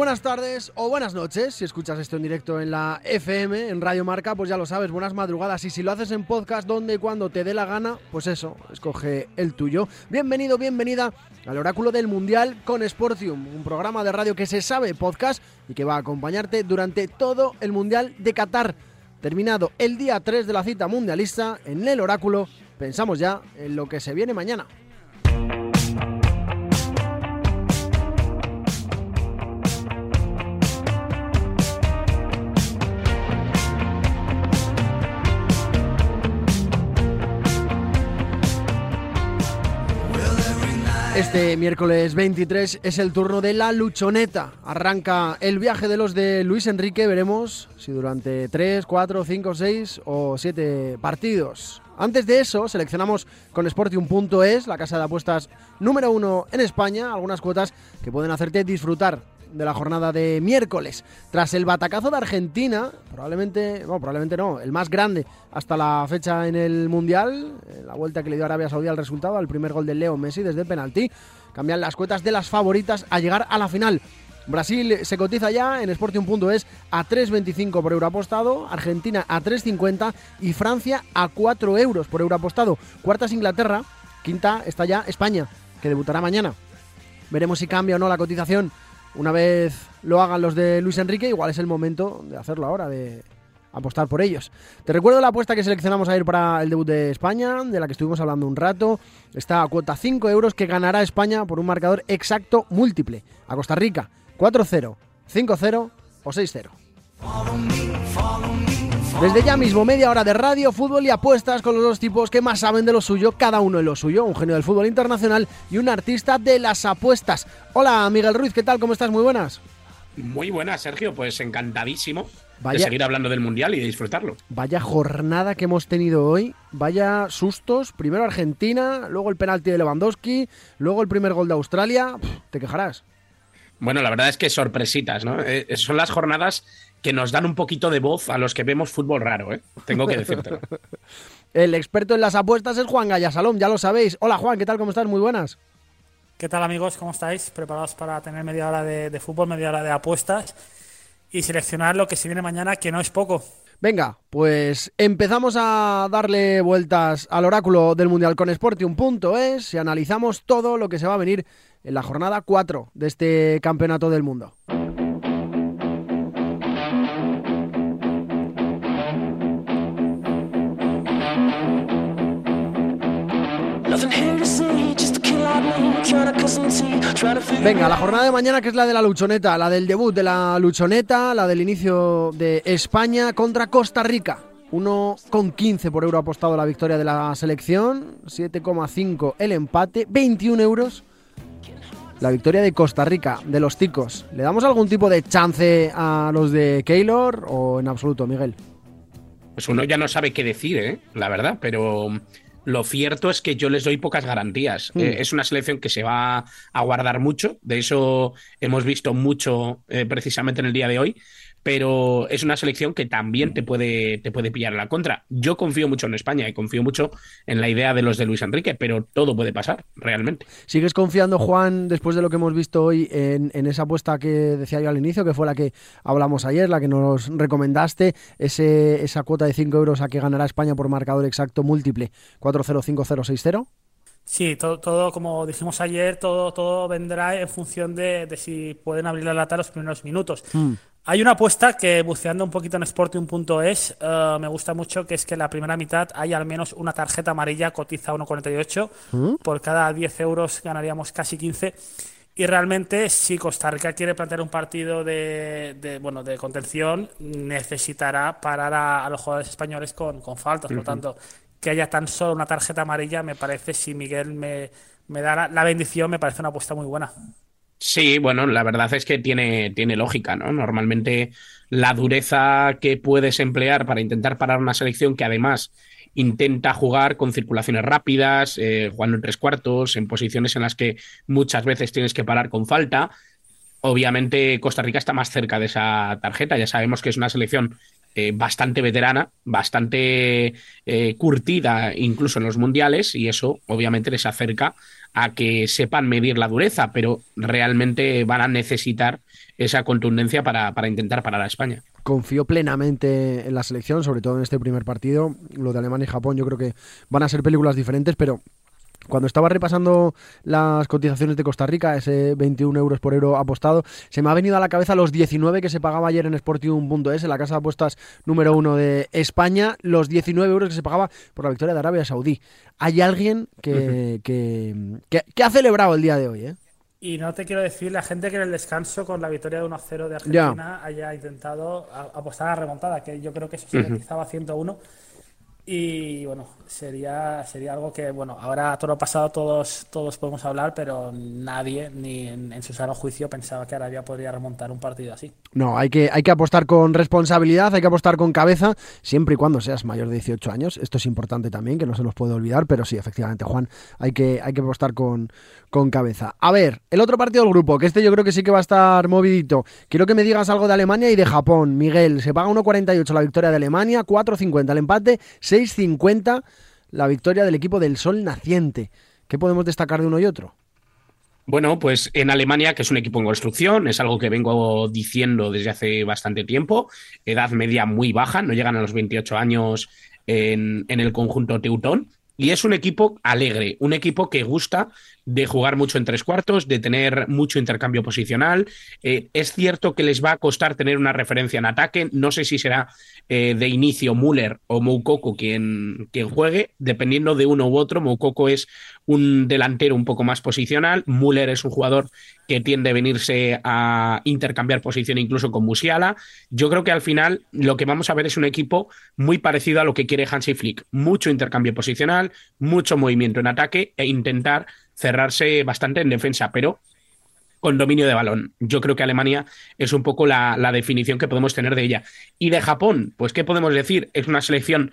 buenas tardes o buenas noches. Si escuchas esto en directo en la FM, en Radio Marca, pues ya lo sabes, buenas madrugadas. Y si lo haces en podcast, donde y cuando te dé la gana, pues eso, escoge el tuyo. Bienvenido, bienvenida al Oráculo del Mundial con Sportium, un programa de radio que se sabe podcast y que va a acompañarte durante todo el Mundial de Qatar. Terminado el día 3 de la cita mundialista, en el Oráculo pensamos ya en lo que se viene mañana. Este miércoles 23 es el turno de la luchoneta. Arranca el viaje de los de Luis Enrique. Veremos si durante 3, 4, 5, 6 o 7 partidos. Antes de eso, seleccionamos con Sportium.es, la casa de apuestas número 1 en España, algunas cuotas que pueden hacerte disfrutar de la jornada de miércoles. Tras el batacazo de Argentina, probablemente no, el más grande hasta la fecha en el Mundial, la vuelta que le dio Arabia Saudí al resultado, al primer gol de Leo Messi desde el penalti, cambian las cuotas de las favoritas a llegar a la final. Brasil se cotiza ya en Sportium.es a 3,25 por euro apostado, Argentina a 3,50 y Francia a 4 euros por euro apostado. Cuarta es Inglaterra, quinta está ya España, que debutará mañana. Veremos si cambia o no la cotización. Una vez lo hagan los de Luis Enrique, igual es el momento de hacerlo ahora, de apostar por ellos. Te recuerdo la apuesta que seleccionamos ayer para el debut de España, de la que estuvimos hablando un rato. Está a cuota 5 euros que ganará España por un marcador exacto múltiple. A Costa Rica, 4-0, 5-0 o 6-0. Desde ya mismo, media hora de radio, fútbol y apuestas con los dos tipos que más saben de lo suyo, cada uno de lo suyo, un genio del fútbol internacional y un artista de las apuestas. Hola, Miguel Ruiz, ¿qué tal? ¿Cómo estás? Muy buenas. Muy buenas, Sergio, pues encantadísimo de seguir hablando del Mundial y de disfrutarlo. Vaya jornada que hemos tenido hoy, vaya sustos, primero Argentina, luego el penalti de Lewandowski, luego el primer gol de Australia, te quejarás. Bueno, la verdad es que sorpresitas, ¿no? Son las jornadas que nos dan un poquito de voz a los que vemos fútbol raro, ¿eh? Tengo que decírtelo. El experto en las apuestas es Juan Gallasalom, ya lo sabéis. Hola Juan, ¿qué tal? ¿Cómo estás? Muy buenas. ¿Qué tal, amigos? ¿Cómo estáis? ¿Preparados para tener media hora de fútbol, media hora de apuestas y seleccionar lo que se viene mañana, que no es poco? Venga, pues empezamos a darle vueltas al oráculo del Mundial con Sportium.es y analizamos todo lo que se va a venir en la jornada 4 de este Campeonato del Mundo. Venga, la jornada de mañana, que es la de la luchoneta, la del debut de la luchoneta, la del inicio de España contra Costa Rica. 1,15 por euro apostado la victoria de la selección, 7,5 el empate, 21 euros la victoria de Costa Rica, de los ticos. ¿Le damos algún tipo de chance a los de Keylor o en absoluto, Miguel? Pues uno ya no sabe qué decir, la verdad, pero lo cierto es que yo les doy pocas garantías. Es una selección que se va a guardar mucho, de eso hemos visto mucho precisamente en el día de hoy, pero es una selección que también te puede pillar a la contra. Yo confío mucho en España y confío mucho en la idea de los de Luis Enrique, pero todo puede pasar, realmente. ¿Sigues confiando, Juan, después de lo que hemos visto hoy, en esa apuesta que decía yo al inicio, que fue la que hablamos ayer, la que nos recomendaste, esa cuota de 5 euros a que ganará España por marcador exacto múltiple, 4-0, 5-0, 6-0? Sí, todo como dijimos ayer, todo vendrá en función de si pueden abrir la lata los primeros minutos. Hay una apuesta que, buceando un poquito en Sportium.es, me gusta mucho, que es que en la primera mitad hay al menos una tarjeta amarilla, cotiza 1,48. Por cada 10 euros ganaríamos casi 15. Y realmente, si Costa Rica quiere plantear un partido de contención, necesitará parar a los jugadores españoles con faltas. Por lo tanto, que haya tan solo una tarjeta amarilla, me parece, si Miguel me da la bendición, me parece una apuesta muy buena. Sí, bueno, la verdad es que tiene lógica, ¿no? Normalmente la dureza que puedes emplear para intentar parar una selección que además intenta jugar con circulaciones rápidas, jugando en 3/4, en posiciones en las que muchas veces tienes que parar con falta. Obviamente Costa Rica está más cerca de esa tarjeta, ya sabemos que es una selección bastante veterana, bastante curtida incluso en los mundiales, y eso obviamente les acerca a que sepan medir la dureza, pero realmente van a necesitar esa contundencia para intentar parar a España. Confío plenamente en la selección, sobre todo en este primer partido. Lo de Alemania y Japón yo creo que van a ser películas diferentes, pero cuando estaba repasando las cotizaciones de Costa Rica, ese 21 euros por euro apostado, se me ha venido a la cabeza los 19 que se pagaba ayer en Sportium.es, en la casa de apuestas número 1 de España, los 19 euros que se pagaba por la victoria de Arabia Saudí. Hay alguien que ha celebrado el día de hoy, ¿eh? Y no te quiero decir la gente que en el descanso con la victoria de 1-0 de Argentina haya intentado apostar a la remontada, que yo creo que eso se cotizaba a 101. Y bueno, sería algo que, bueno, ahora a toro pasado todos podemos hablar, pero nadie, ni en su sano juicio, pensaba que Arabia podría remontar un partido así. No, hay que apostar con responsabilidad, hay que apostar con cabeza, siempre y cuando seas mayor de 18 años. Esto es importante también, que no se nos puede olvidar, pero sí, efectivamente, Juan, hay que apostar con cabeza. A ver, el otro partido del grupo, que este yo creo que sí que va a estar movidito. Quiero que me digas algo de Alemania y de Japón. Miguel, se paga 1,48 la victoria de Alemania, 4,50 el empate, 6,50 la victoria del equipo del Sol Naciente. ¿Qué podemos destacar de uno y otro? Bueno, pues en Alemania, que es un equipo en construcción, es algo que vengo diciendo desde hace bastante tiempo, edad media muy baja, no llegan a los 28 años en el conjunto teutón, y es un equipo alegre, un equipo que gusta de jugar mucho en tres cuartos, de tener mucho intercambio posicional. Es cierto que les va a costar tener una referencia en ataque, no sé si será de inicio Müller o Moukoko quien juegue, dependiendo de uno u otro. Moukoko es un delantero un poco más posicional, Müller es un jugador que tiende a venirse a intercambiar posición incluso con Musiala. Yo creo que al final lo que vamos a ver es un equipo muy parecido a lo que quiere Hansi Flick, mucho intercambio posicional, mucho movimiento en ataque e intentar cerrarse bastante en defensa, pero con dominio de balón. Yo creo que Alemania es un poco la definición que podemos tener de ella. Y de Japón, pues ¿qué podemos decir? Es una selección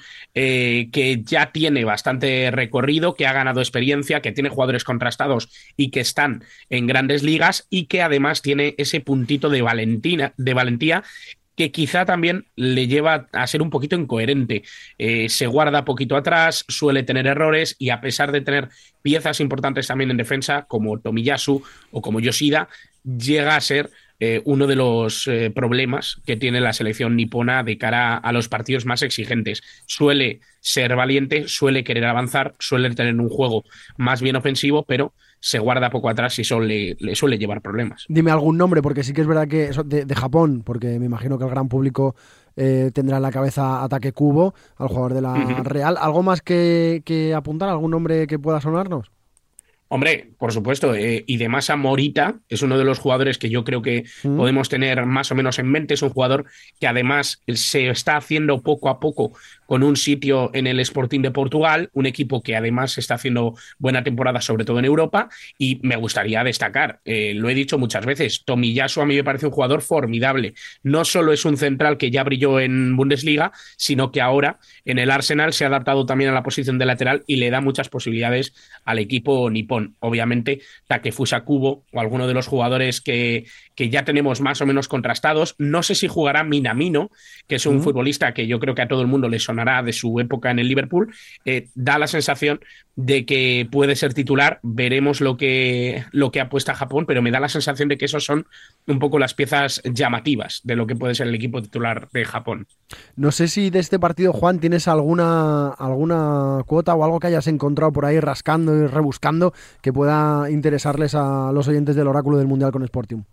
que ya tiene bastante recorrido, que ha ganado experiencia, que tiene jugadores contrastados y que están en grandes ligas, y que además tiene ese puntito de valentía que quizá también le lleva a ser un poquito incoherente. Se guarda poquito atrás, suele tener errores, y a pesar de tener piezas importantes también en defensa, como Tomiyasu o como Yoshida, llega a ser uno de los problemas que tiene la selección nipona de cara a los partidos más exigentes. Suele ser valiente, suele querer avanzar, suele tener un juego más bien ofensivo, pero se guarda poco atrás y eso le suele llevar problemas. Dime algún nombre, porque sí que es verdad que eso de Japón, porque me imagino que el gran público tendrá en la cabeza Ataque Kubo, al jugador de la Real. ¿Algo más que apuntar? ¿Algún nombre que pueda sonarnos? Hombre, por supuesto, y de Masa Morita es uno de los jugadores que yo creo que podemos tener más o menos en mente. Es un jugador que además se está haciendo poco a poco con un sitio en el Sporting de Portugal, un equipo que además está haciendo buena temporada, sobre todo en Europa, y me gustaría destacar, lo he dicho muchas veces, Tomiyasu a mí me parece un jugador formidable. No solo es un central que ya brilló en Bundesliga, sino que ahora en el Arsenal se ha adaptado también a la posición de lateral y le da muchas posibilidades al equipo nipón. Obviamente, Takefusa Kubo o alguno de los jugadores que ya tenemos más o menos contrastados. No sé si jugará Minamino, que es un futbolista que yo creo que a todo el mundo le sonará de su época en el Liverpool. Da la sensación de que puede ser titular. Veremos lo que apuesta Japón, pero me da la sensación de que esos son un poco las piezas llamativas de lo que puede ser el equipo titular de Japón. No sé si de este partido, Juan, tienes alguna cuota o algo que hayas encontrado por ahí rascando y rebuscando que pueda interesarles a los oyentes del Oráculo del Mundial con Sportium.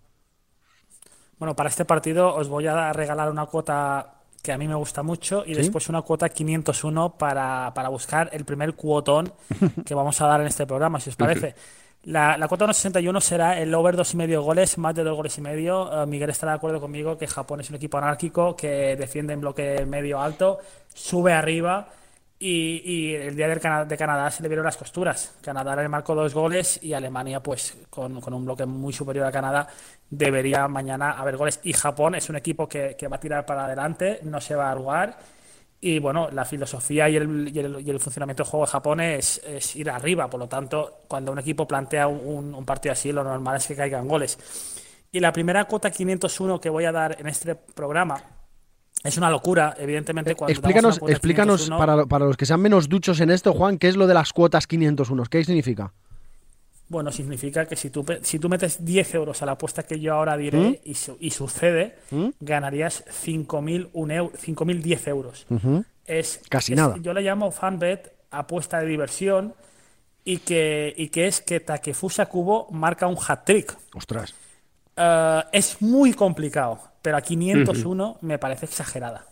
Bueno, para este partido os voy a regalar una cuota que a mí me gusta mucho y después una cuota 501 para buscar el primer cuotón que vamos a dar en este programa, si os parece. La cuota 1,61 será el over 2,5 goles, más de 2 goles y medio. Miguel estará de acuerdo conmigo que Japón es un equipo anárquico que defiende en bloque medio alto, sube arriba y el día de Canadá se le vieron las costuras. Canadá le marcó 2 goles y Alemania, pues con un bloque muy superior a Canadá, debería mañana haber goles. Y Japón es un equipo que va a tirar para adelante, no se va a arrugar. Y bueno, la filosofía y el funcionamiento del juego de Japón es ir arriba. Por lo tanto, cuando un equipo plantea un partido así, lo normal es que caigan goles. Y la primera cuota 501 que voy a dar en este programa Es una locura, evidentemente. Cuando Explícanos para los que sean menos duchos en esto, Juan, ¿qué es lo de las cuotas 501? ¿Qué significa? Bueno, significa que si tú metes 10 euros a la apuesta que yo ahora diré y sucede, ganarías 5.010 euros. Casi nada. Yo le llamo fanbet, apuesta de diversión, y que es que Takefusa Kubo marca un hat-trick. Ostras. Es muy complicado, pero a 501 me parece exagerada.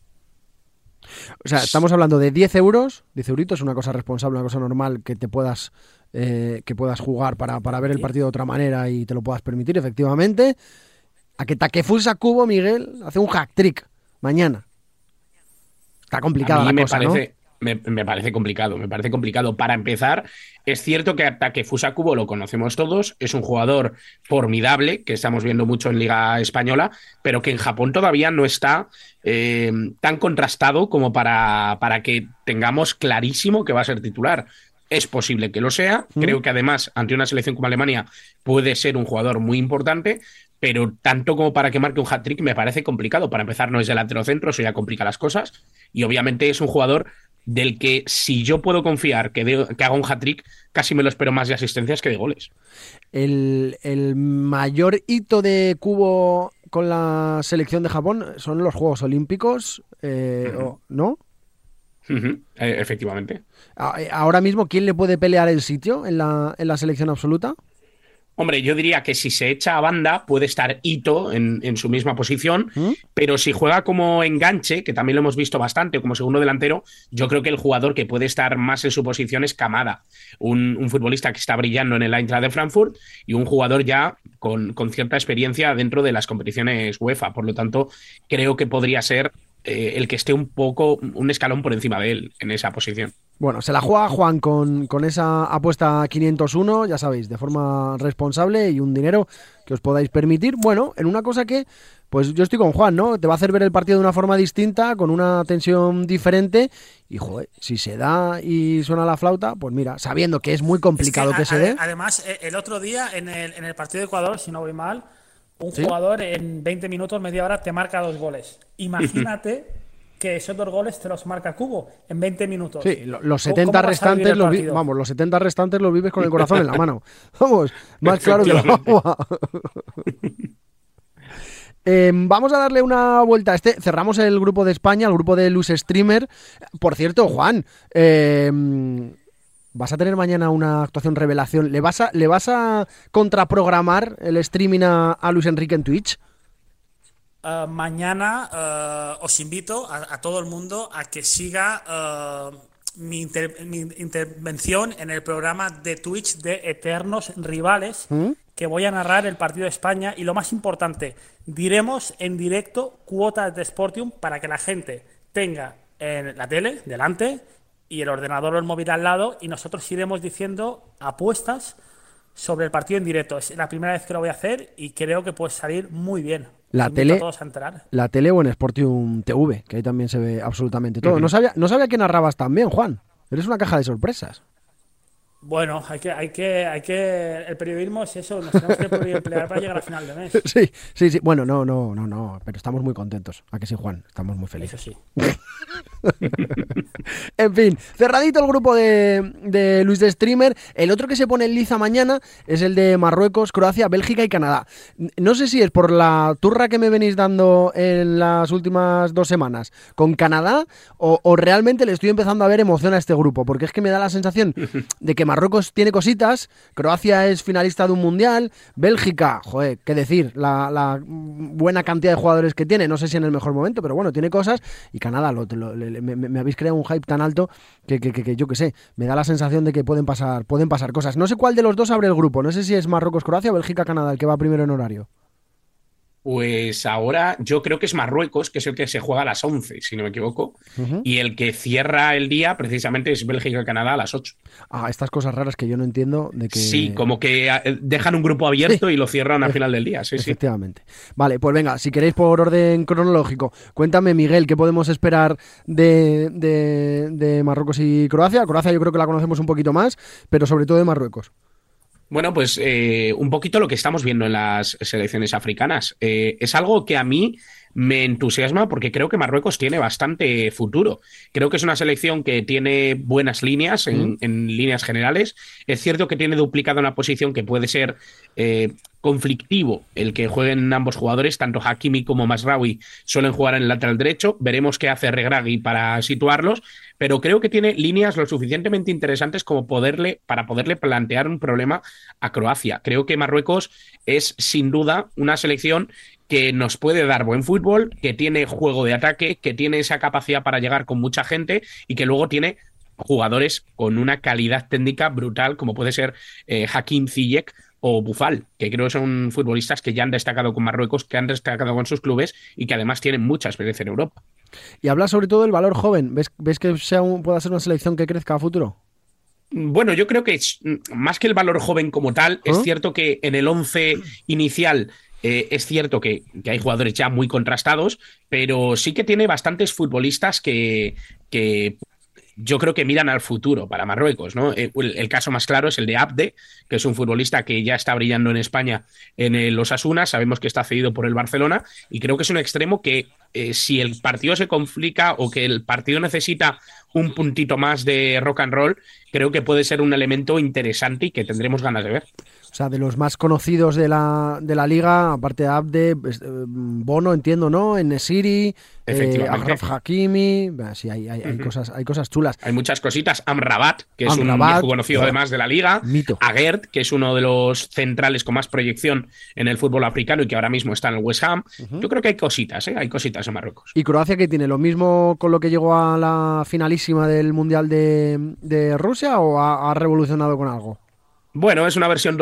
O sea, estamos hablando de 10 euros, 10 euritos, una cosa responsable, una cosa normal que puedas jugar para ver el partido de otra manera y te lo puedas permitir, efectivamente. A que Takefusa Kubo, Miguel, hace un hat-trick mañana. Está complicada la cosa, ¿no? Me parece complicado. Para empezar, es cierto que a Takefusa Kubo lo conocemos todos, es un jugador formidable, que estamos viendo mucho en Liga Española, pero que en Japón todavía no está tan contrastado como para que tengamos clarísimo que va a ser titular. Es posible que lo sea, creo que además ante una selección como Alemania puede ser un jugador muy importante, pero tanto como para que marque un hat-trick me parece complicado. Para empezar, no es delantero centro, eso ya complica las cosas, y obviamente es un jugador del que si yo puedo confiar que haga un hat-trick, casi me lo espero más de asistencias que de goles. El mayor hito de Kubo con la selección de Japón son los Juegos Olímpicos, ¿no? Efectivamente. Ahora mismo, ¿quién le puede pelear el sitio en la selección absoluta? Hombre, yo diría que si se echa a banda puede estar Ito en su misma posición, pero si juega como enganche, que también lo hemos visto bastante, como segundo delantero, yo creo que el jugador que puede estar más en su posición es Kamada, un futbolista que está brillando en el Eintracht de Frankfurt y un jugador ya con cierta experiencia dentro de las competiciones UEFA. Por lo tanto, creo que podría ser el que esté un escalón por encima de él en esa posición. Bueno, se la juega Juan con esa apuesta 501, ya sabéis, de forma responsable y un dinero que os podáis permitir. Bueno, en una cosa que, pues yo estoy con Juan, ¿no? Te va a hacer ver el partido de una forma distinta, con una tensión diferente y, joder, si se da y suena la flauta, pues mira, sabiendo que es muy complicado que se dé. Además, el otro día en el partido de Ecuador, si no voy mal, un jugador en 20 minutos, media hora, te marca 2 goles. Imagínate que esos 2 goles te los marca Kubo en 20 minutos. Sí, los 70 restantes los 70 restantes los vives con el corazón en la mano. Vamos, más claro que el agua. Vamos a darle una vuelta a cerramos el grupo de España, el grupo de Luz Streamer. Por cierto, Juan, ¿vas a tener mañana una actuación revelación? ¿Le vas a contraprogramar el streaming a Luis Enrique en Twitch? Mañana os invito a todo el mundo a que siga mi intervención en el programa de Twitch de Eternos Rivales, que voy a narrar el partido de España y lo más importante, diremos en directo cuotas de Sportium para que la gente tenga en la tele delante y el ordenador o el móvil al lado y nosotros iremos diciendo apuestas sobre el partido en directo. Es la primera vez que lo voy a hacer y creo que puede salir muy bien. La tele o en Sportium TV, que ahí también se ve absolutamente todo. No sabía que narrabas tan bien, Juan. Eres una caja de sorpresas. Bueno, el periodismo es eso, nos tenemos que emplear para llegar a final de mes. Sí. Bueno, no, pero estamos muy contentos. ¿A que sí, Juan? Estamos muy felices. Eso sí. En fin, cerradito el grupo de Luis de Streamer. El otro que se pone en liza mañana es el de Marruecos, Croacia, Bélgica y Canadá. No sé si es por la turra que me venís dando en las últimas 2 semanas con Canadá o realmente le estoy empezando a ver emoción a este grupo, porque es que me da la sensación de que Marruecos tiene cositas, Croacia es finalista de un mundial, Bélgica, joder, qué decir, la buena cantidad de jugadores que tiene, no sé si en el mejor momento, pero bueno, tiene cosas, y Canadá, me habéis creado un hype tan alto que yo qué sé, me da la sensación de que pueden pasar cosas. No sé cuál de los dos abre el grupo, no sé si es Marruecos, Croacia o Bélgica, Canadá, el que va primero en horario. Pues ahora yo creo que es Marruecos, que es el que se juega a las 11, si no me equivoco, y el que cierra el día precisamente es Bélgica-Canadá a las 8. Estas cosas raras que yo no entiendo de que... Sí, como que dejan un grupo abierto y lo cierran al final del día, sí. Efectivamente. Vale, pues venga, si queréis por orden cronológico, cuéntame, Miguel, ¿qué podemos esperar de Marruecos y Croacia? Croacia yo creo que la conocemos un poquito más, pero sobre todo de Marruecos. Bueno, pues un poquito lo que estamos viendo en las selecciones africanas. Es algo que a mí me entusiasma porque creo que Marruecos tiene bastante futuro. Creo que es una selección que tiene buenas líneas en líneas generales. Es cierto que tiene duplicada una posición que puede ser conflictivo el que jueguen ambos jugadores, tanto Hakimi como Masraoui suelen jugar en el lateral derecho. Veremos qué hace Regragui para situarlos, pero creo que tiene líneas lo suficientemente interesantes como para poderle plantear un problema a Croacia. Creo que Marruecos es sin duda una selección que nos puede dar buen fútbol, que tiene juego de ataque, que tiene esa capacidad para llegar con mucha gente y que luego tiene jugadores con una calidad técnica brutal, como puede ser Hakim Ziyech o Boufal, que creo que son futbolistas que ya han destacado con Marruecos, que han destacado con sus clubes y que además tienen mucha experiencia en Europa. Y habla sobre todo del valor joven. ¿Ves que pueda ser una selección que crezca a futuro? Bueno, yo creo que más que el valor joven como tal, es cierto que en el 11 inicial es cierto que hay jugadores ya muy contrastados, pero sí que tiene bastantes futbolistas que yo creo que miran al futuro para Marruecos, ¿no? El caso más claro es el de Abde, que es un futbolista que ya está brillando en España en el Osasuna, sabemos que está cedido por el Barcelona, y creo que es un extremo que si el partido se complica o que el partido necesita un puntito más de rock and roll, creo que puede ser un elemento interesante y que tendremos ganas de ver. O sea, de los más conocidos de la liga, aparte de Abde, Bono, entiendo, ¿no? En-Nesyri, Achraf Hakimi. Sí, hay cosas chulas. Hay muchas cositas. Amrabat, que es un viejo conocido además de la liga. Mito. Aguerd, que es uno de los centrales con más proyección en el fútbol africano y que ahora mismo está en el West Ham. Yo creo que hay cositas en Marruecos. ¿Y Croacia que tiene? ¿Lo mismo con lo que llegó a la finalísima del Mundial de Rusia o ha revolucionado con algo? Bueno, es una versión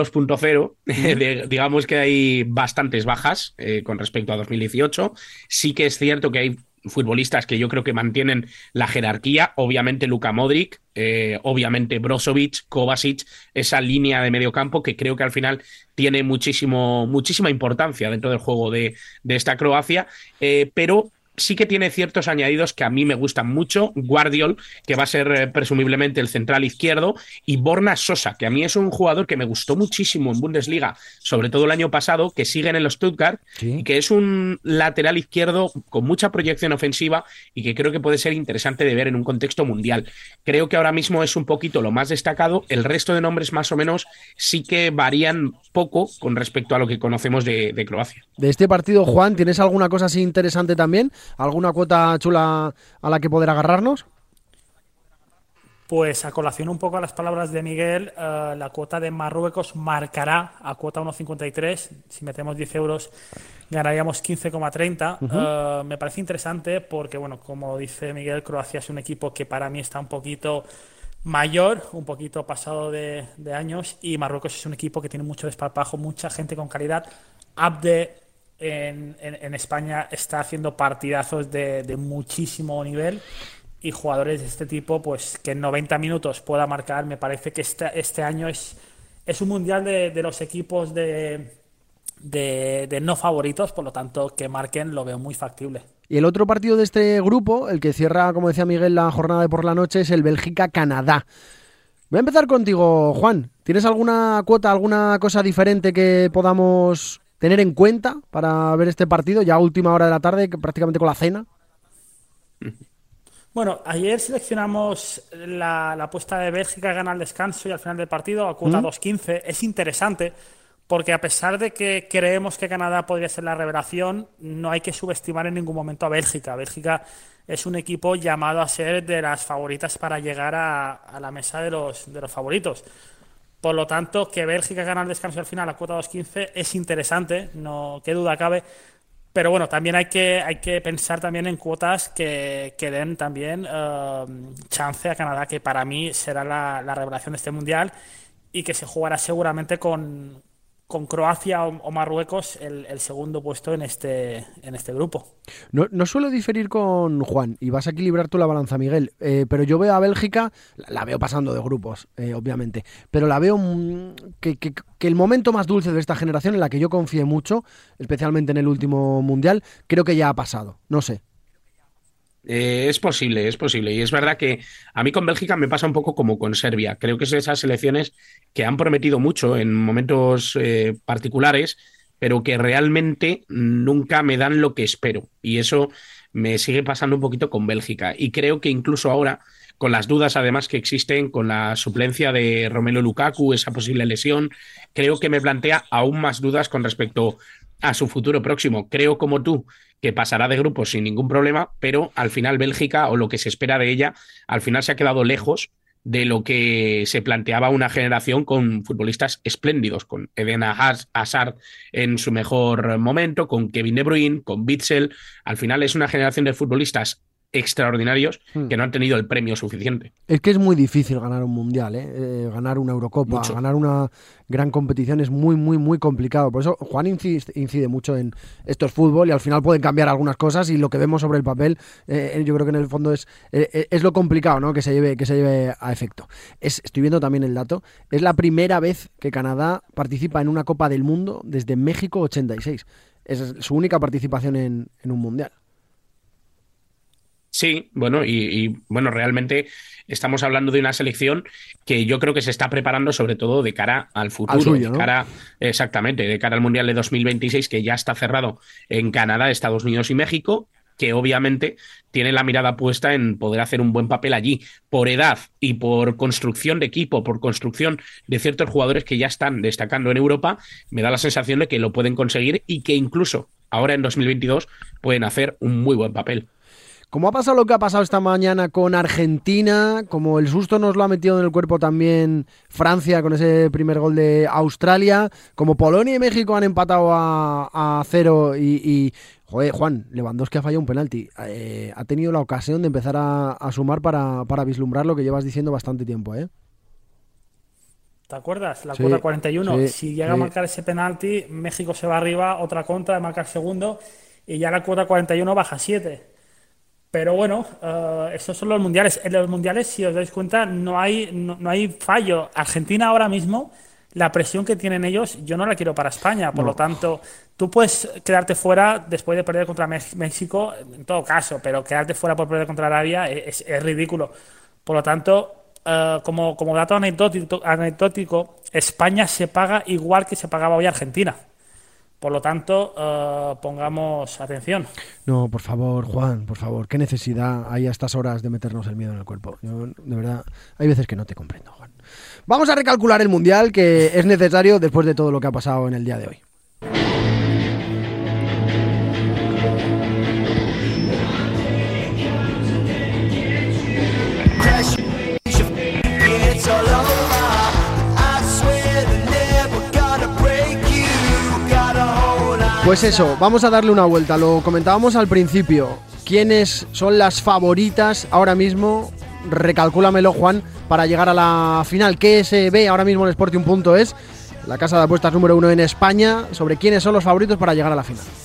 2.0. Digamos que hay bastantes bajas con respecto a 2018. Sí que es cierto que hay futbolistas que yo creo que mantienen la jerarquía. Obviamente Luka Modric, obviamente Brozovic, Kovacic, esa línea de mediocampo que creo que al final tiene muchísima importancia dentro del juego de esta Croacia. Pero sí que tiene ciertos añadidos que a mí me gustan mucho. Guardiol, que va a ser presumiblemente el central izquierdo, y Borna Sosa, que a mí es un jugador que me gustó muchísimo en Bundesliga, sobre todo el año pasado, que sigue en el Stuttgart, y que es un lateral izquierdo con mucha proyección ofensiva y que creo que puede ser interesante de ver en un contexto mundial. Creo que ahora mismo es un poquito lo más destacado. El resto de nombres más o menos sí que varían poco con respecto a lo que conocemos de Croacia. De este partido, Juan, ¿tienes alguna cosa así interesante también? ¿Alguna cuota chula a la que poder agarrarnos? Pues a colación un poco a las palabras de Miguel, la cuota de Marruecos marcará a cuota 1,53. Si metemos 10 euros ganaríamos 15,30. Me parece interesante porque, bueno, como dice Miguel, Croacia es un equipo que para mí está un poquito mayor, un poquito pasado de años, y Marruecos es un equipo que tiene mucho desparpajo, mucha gente con calidad. Abde en España está haciendo partidazos de muchísimo nivel, y jugadores de este tipo, pues que en 90 minutos pueda marcar. Me parece que este año es un mundial de los equipos de no favoritos, por lo tanto que marquen lo veo muy factible. Y el otro partido de este grupo, el que cierra, como decía Miguel, la jornada de por la noche, es el Bélgica-Canadá. Voy a empezar contigo, Juan. ¿Tienes alguna cuota, alguna cosa diferente que podamos tener en cuenta para ver este partido ya a última hora de la tarde, prácticamente con la cena? Bueno, ayer seleccionamos la apuesta de Bélgica gana al descanso y al final del partido a cuota 2.15. Es interesante porque a pesar de que creemos que Canadá podría ser la revelación, no hay que subestimar en ningún momento a Bélgica. Bélgica es un equipo llamado a ser de las favoritas para llegar a la mesa de los favoritos. Por lo tanto, que Bélgica gana al descanso y al final a cuota 2.15 es interesante, no qué duda cabe. Pero bueno, también hay que pensar también en cuotas que den también chance a Canadá, que para mí será la revelación de este mundial y que se jugará seguramente con Croacia o Marruecos el segundo puesto en este grupo. No suelo diferir con Juan y vas a equilibrar tú la balanza, Miguel, pero yo veo a Bélgica, la veo pasando de grupos, obviamente, pero la veo que el momento más dulce de esta generación, en la que yo confié mucho, especialmente en el último mundial, creo que ya ha pasado, no sé. Es posible, es posible. Y es verdad que a mí con Bélgica me pasa un poco como con Serbia. Creo que es de esas selecciones que han prometido mucho en momentos particulares, pero que realmente nunca me dan lo que espero. Y eso me sigue pasando un poquito con Bélgica. Y creo que incluso ahora, con las dudas además que existen, con la suplencia de Romelu Lukaku, esa posible lesión, creo que me plantea aún más dudas con respecto a su futuro próximo. Creo como tú que pasará de grupos sin ningún problema, pero al final Bélgica, o lo que se espera de ella, al final se ha quedado lejos de lo que se planteaba una generación con futbolistas espléndidos, con Eden Hazard en su mejor momento, con Kevin De Bruyne, con Witsel. Al final es una generación de futbolistas extraordinarios que no han tenido el premio suficiente. Es que es muy difícil ganar un mundial, ganar una Eurocopa, Mucho. ganar una gran competición es muy, muy, muy complicado. Por eso Juan incide mucho en esto es fútbol y al final pueden cambiar algunas cosas y lo que vemos sobre el papel, yo creo que en el fondo es lo complicado, ¿no? que se lleve a efecto. Estoy viendo también el dato, es la primera vez que Canadá participa en una Copa del Mundo desde México 86. Es su única participación en un mundial. Sí, bueno, bueno, realmente estamos hablando de una selección que yo creo que se está preparando sobre todo de cara al futuro, Al suyo, ¿no? exactamente, de cara al Mundial de 2026 que ya está cerrado en Canadá, Estados Unidos y México, que obviamente tiene la mirada puesta en poder hacer un buen papel allí, por edad y por construcción de equipo, por construcción de ciertos jugadores que ya están destacando en Europa, me da la sensación de que lo pueden conseguir y que incluso ahora en 2022 pueden hacer un muy buen papel. Como ha pasado lo que ha pasado esta mañana con Argentina, como el susto nos lo ha metido en el cuerpo también Francia con ese primer gol de Australia, como Polonia y México han empatado a 0 joder, Juan, Lewandowski ha fallado un penalti. Ha tenido la ocasión de empezar a sumar para vislumbrar lo que llevas diciendo bastante tiempo, ¿eh? ¿Te acuerdas? La Sí, cuota 41. sí, Si llega a sí. marcar ese penalti, México se va arriba, otra contra, de marcar segundo, y ya la cuota 41 baja a 7. Pero bueno, estos son los mundiales. En los mundiales, si os dais cuenta, no hay fallo. Argentina ahora mismo, la presión que tienen ellos, yo no la quiero para España. Por lo No. tanto, tú puedes quedarte fuera después de perder contra México, en todo caso, pero quedarte fuera por perder contra Arabia es ridículo. Por lo tanto, como dato anecdótico, España se paga igual que se pagaba hoy Argentina. Por lo tanto, pongamos atención. No, por favor, Juan, por favor, qué necesidad hay a estas horas de meternos el miedo en el cuerpo. Yo, de verdad, hay veces que no te comprendo, Juan. Vamos a recalcular el Mundial, que es necesario después de todo lo que ha pasado en el día de hoy. Pues eso, vamos a darle una vuelta. Lo comentábamos al principio. ¿Quiénes son las favoritas ahora mismo? Recalcúlamelo, Juan, para llegar a la final. ¿Qué se ve ahora mismo en Sportium.es? La casa de apuestas número 1 en España. Sobre quiénes son los favoritos para llegar a la final.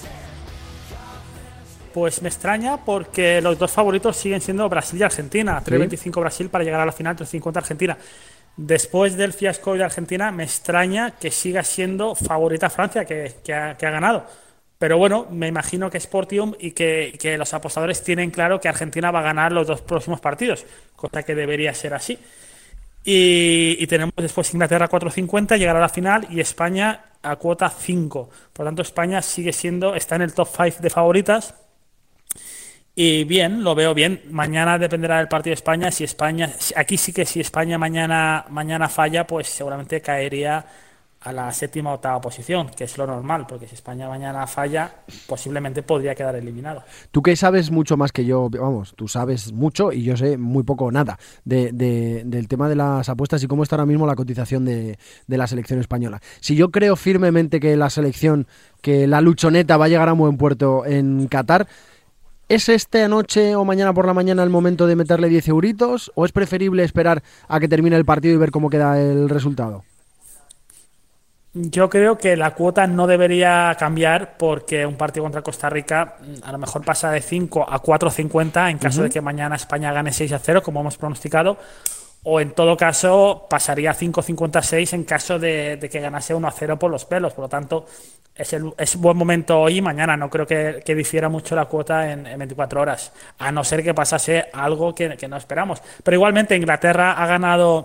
Pues me extraña porque los dos favoritos siguen siendo Brasil y Argentina. 3.25 Brasil para llegar a la final, 3.50 Argentina. Después del fiasco de Argentina, me extraña que siga siendo favorita Francia, que ha ganado. Pero bueno, me imagino que es Sportium y que los apostadores tienen claro que Argentina va a ganar los dos próximos partidos, cosa que debería ser así. Y tenemos después Inglaterra 4.50, llegar a la final, y España a cuota 5. Por lo tanto, España está en el top 5 de favoritas. Y bien, lo veo bien. Mañana dependerá del partido de España. Aquí sí que si España mañana falla, pues seguramente caería a la 7ª o 8ª posición, que es lo normal, porque si España mañana falla, posiblemente podría quedar eliminado. Tú que sabes mucho más que yo, vamos, tú sabes mucho y yo sé muy poco o nada del tema de las apuestas y cómo está ahora mismo la cotización de la selección española. Si yo creo firmemente que la luchoneta va a llegar a buen puerto en Qatar, ¿es esta noche o mañana por la mañana el momento de meterle 10 euritos o es preferible esperar a que termine el partido y ver cómo queda el resultado? Yo creo que la cuota no debería cambiar porque un partido contra Costa Rica a lo mejor pasa de 5 a 4.50 en caso de que mañana España gane 6-0, como hemos pronosticado, o en todo caso pasaría a 5,56 en caso de que ganase 1-0 por los pelos. Por lo tanto, es buen momento hoy y mañana. No creo que difiera mucho la cuota en 24 horas, a no ser que pasase algo que no esperamos. Pero igualmente Inglaterra ha ganado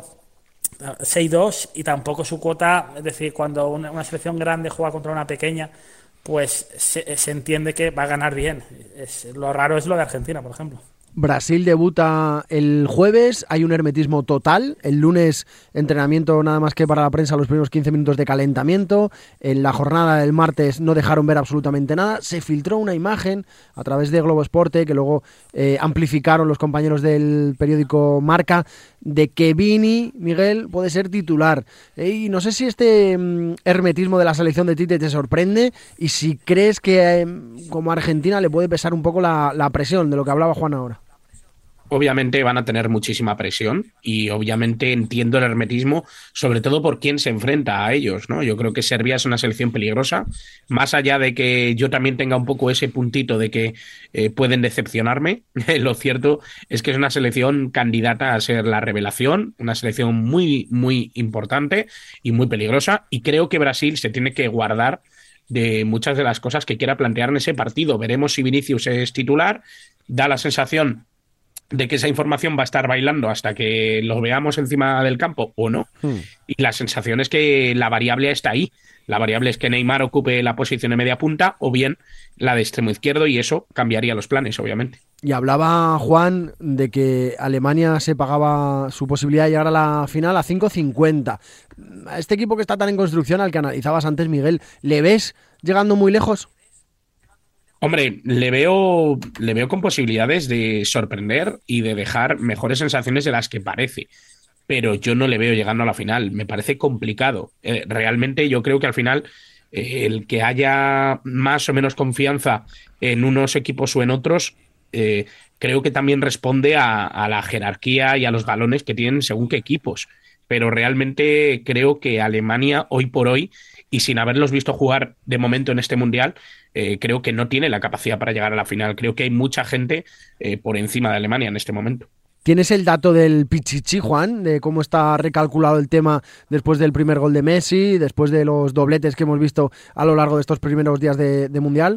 6-2 y tampoco su cuota, es decir, cuando una selección grande juega contra una pequeña, pues se entiende que va a ganar bien. Lo raro es lo de Argentina, por ejemplo. Brasil debuta el jueves, hay un hermetismo total. El lunes, entrenamiento nada más que para la prensa, los primeros 15 minutos de calentamiento. En la jornada del martes no dejaron ver absolutamente nada. Se filtró una imagen a través de Globo Esporte, que luego amplificaron los compañeros del periódico Marca, de que Vini, Miguel, puede ser titular. Y no sé si este hermetismo de la selección de Tite te sorprende y si crees que como Argentina le puede pesar un poco la presión de lo que hablaba Juan ahora. Obviamente van a tener muchísima presión y obviamente entiendo el hermetismo, sobre todo por quién se enfrenta a ellos, ¿no? Yo creo que Serbia es una selección peligrosa, más allá de que yo también tenga un poco ese puntito de que pueden decepcionarme. Lo cierto es que es una selección candidata a ser la revelación, una selección muy, muy importante y muy peligrosa, y creo que Brasil se tiene que guardar de muchas de las cosas que quiera plantear en ese partido. Veremos si Vinicius es titular, da la sensación de que esa información va a estar bailando hasta que lo veamos encima del campo o no. Y la sensación es que la variable está ahí. La variable es que Neymar ocupe la posición de media punta o bien la de extremo izquierdo, y eso cambiaría los planes, obviamente. Y hablaba Juan de que Alemania se pagaba su posibilidad de llegar a la final a 5,50. A este equipo que está tan en construcción, al que analizabas antes, Miguel, ¿le ves llegando muy lejos? Hombre, le veo con posibilidades de sorprender y de dejar mejores sensaciones de las que parece, pero yo no le veo llegando a la final. Me parece complicado. Realmente yo creo que al final el que haya más o menos confianza en unos equipos o en otros, creo que también responde a la jerarquía y a los galones que tienen según qué equipos. Pero realmente creo que Alemania, hoy por hoy, y sin haberlos visto jugar de momento en este Mundial, creo que no tiene la capacidad para llegar a la final. Creo que hay mucha gente por encima de Alemania en este momento. ¿Tienes el dato del Pichichi, Juan, de cómo está recalculado el tema después del primer gol de Messi, después de los dobletes que hemos visto a lo largo de estos primeros días de Mundial?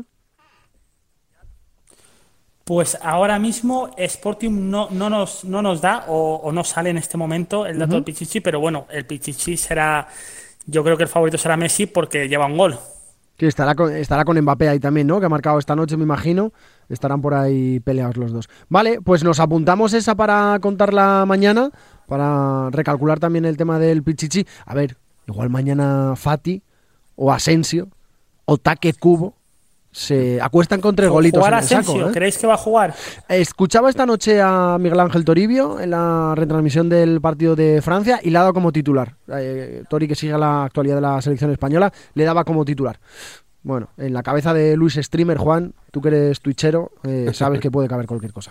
Pues ahora mismo Sportium no nos da o no sale en este momento el dato del Pichichi, pero bueno, el Pichichi será, yo creo que el favorito será Messi porque lleva un gol. Sí, estará con Mbappé ahí también, ¿no? Que ha marcado esta noche, me imagino. Estarán por ahí peleados los dos. Vale, pues nos apuntamos esa para contarla mañana, para recalcular también el tema del Pichichi. A ver, igual mañana Fati o Asensio o Taque Kubo se acuestan con 3 golitos en el saco, ¿eh? ¿Creéis que va a jugar? Escuchaba esta noche a Miguel Ángel Toribio en la retransmisión del partido de Francia y le ha dado como titular. Tori, que sigue la actualidad de la selección española, le daba como titular. Bueno, en la cabeza de Luis Streamer, Juan, tú que eres twitchero, sabes que puede caber cualquier cosa.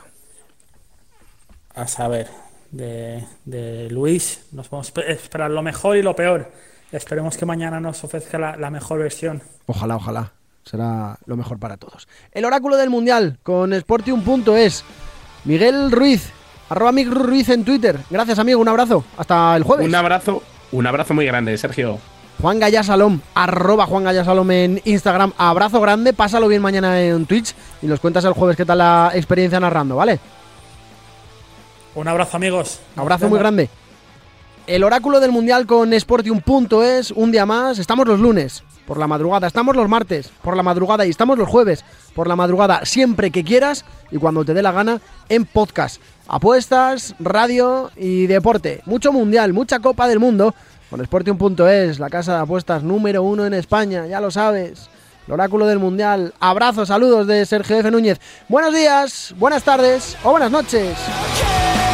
A saber, de Luis, nos podemos esperar lo mejor y lo peor. Esperemos que mañana nos ofrezca la mejor versión. Ojalá, ojalá. Será lo mejor para todos. El oráculo del Mundial con Sportium.es. Miguel Ruiz, @MigRuiz en Twitter. Gracias, amigo, un abrazo. Hasta el jueves. Un abrazo muy grande, Sergio. Juan Gallasalom, @Juan Gallasalom en Instagram. Abrazo grande, pásalo bien mañana en Twitch y nos cuentas el jueves qué tal la experiencia narrando, ¿vale? Un abrazo, amigos. Abrazo muy grande. El oráculo del Mundial con Sportium.es, un día más. Estamos los lunes por la madrugada, estamos los martes por la madrugada y estamos los jueves por la madrugada, siempre que quieras y cuando te dé la gana, en podcast. Apuestas, radio y deporte. Mucho Mundial, mucha Copa del Mundo con Sportium.es, la casa de apuestas número 1 en España, ya lo sabes. El oráculo del Mundial. Abrazos, saludos de Sergio F. Núñez. Buenos días, buenas tardes o buenas noches.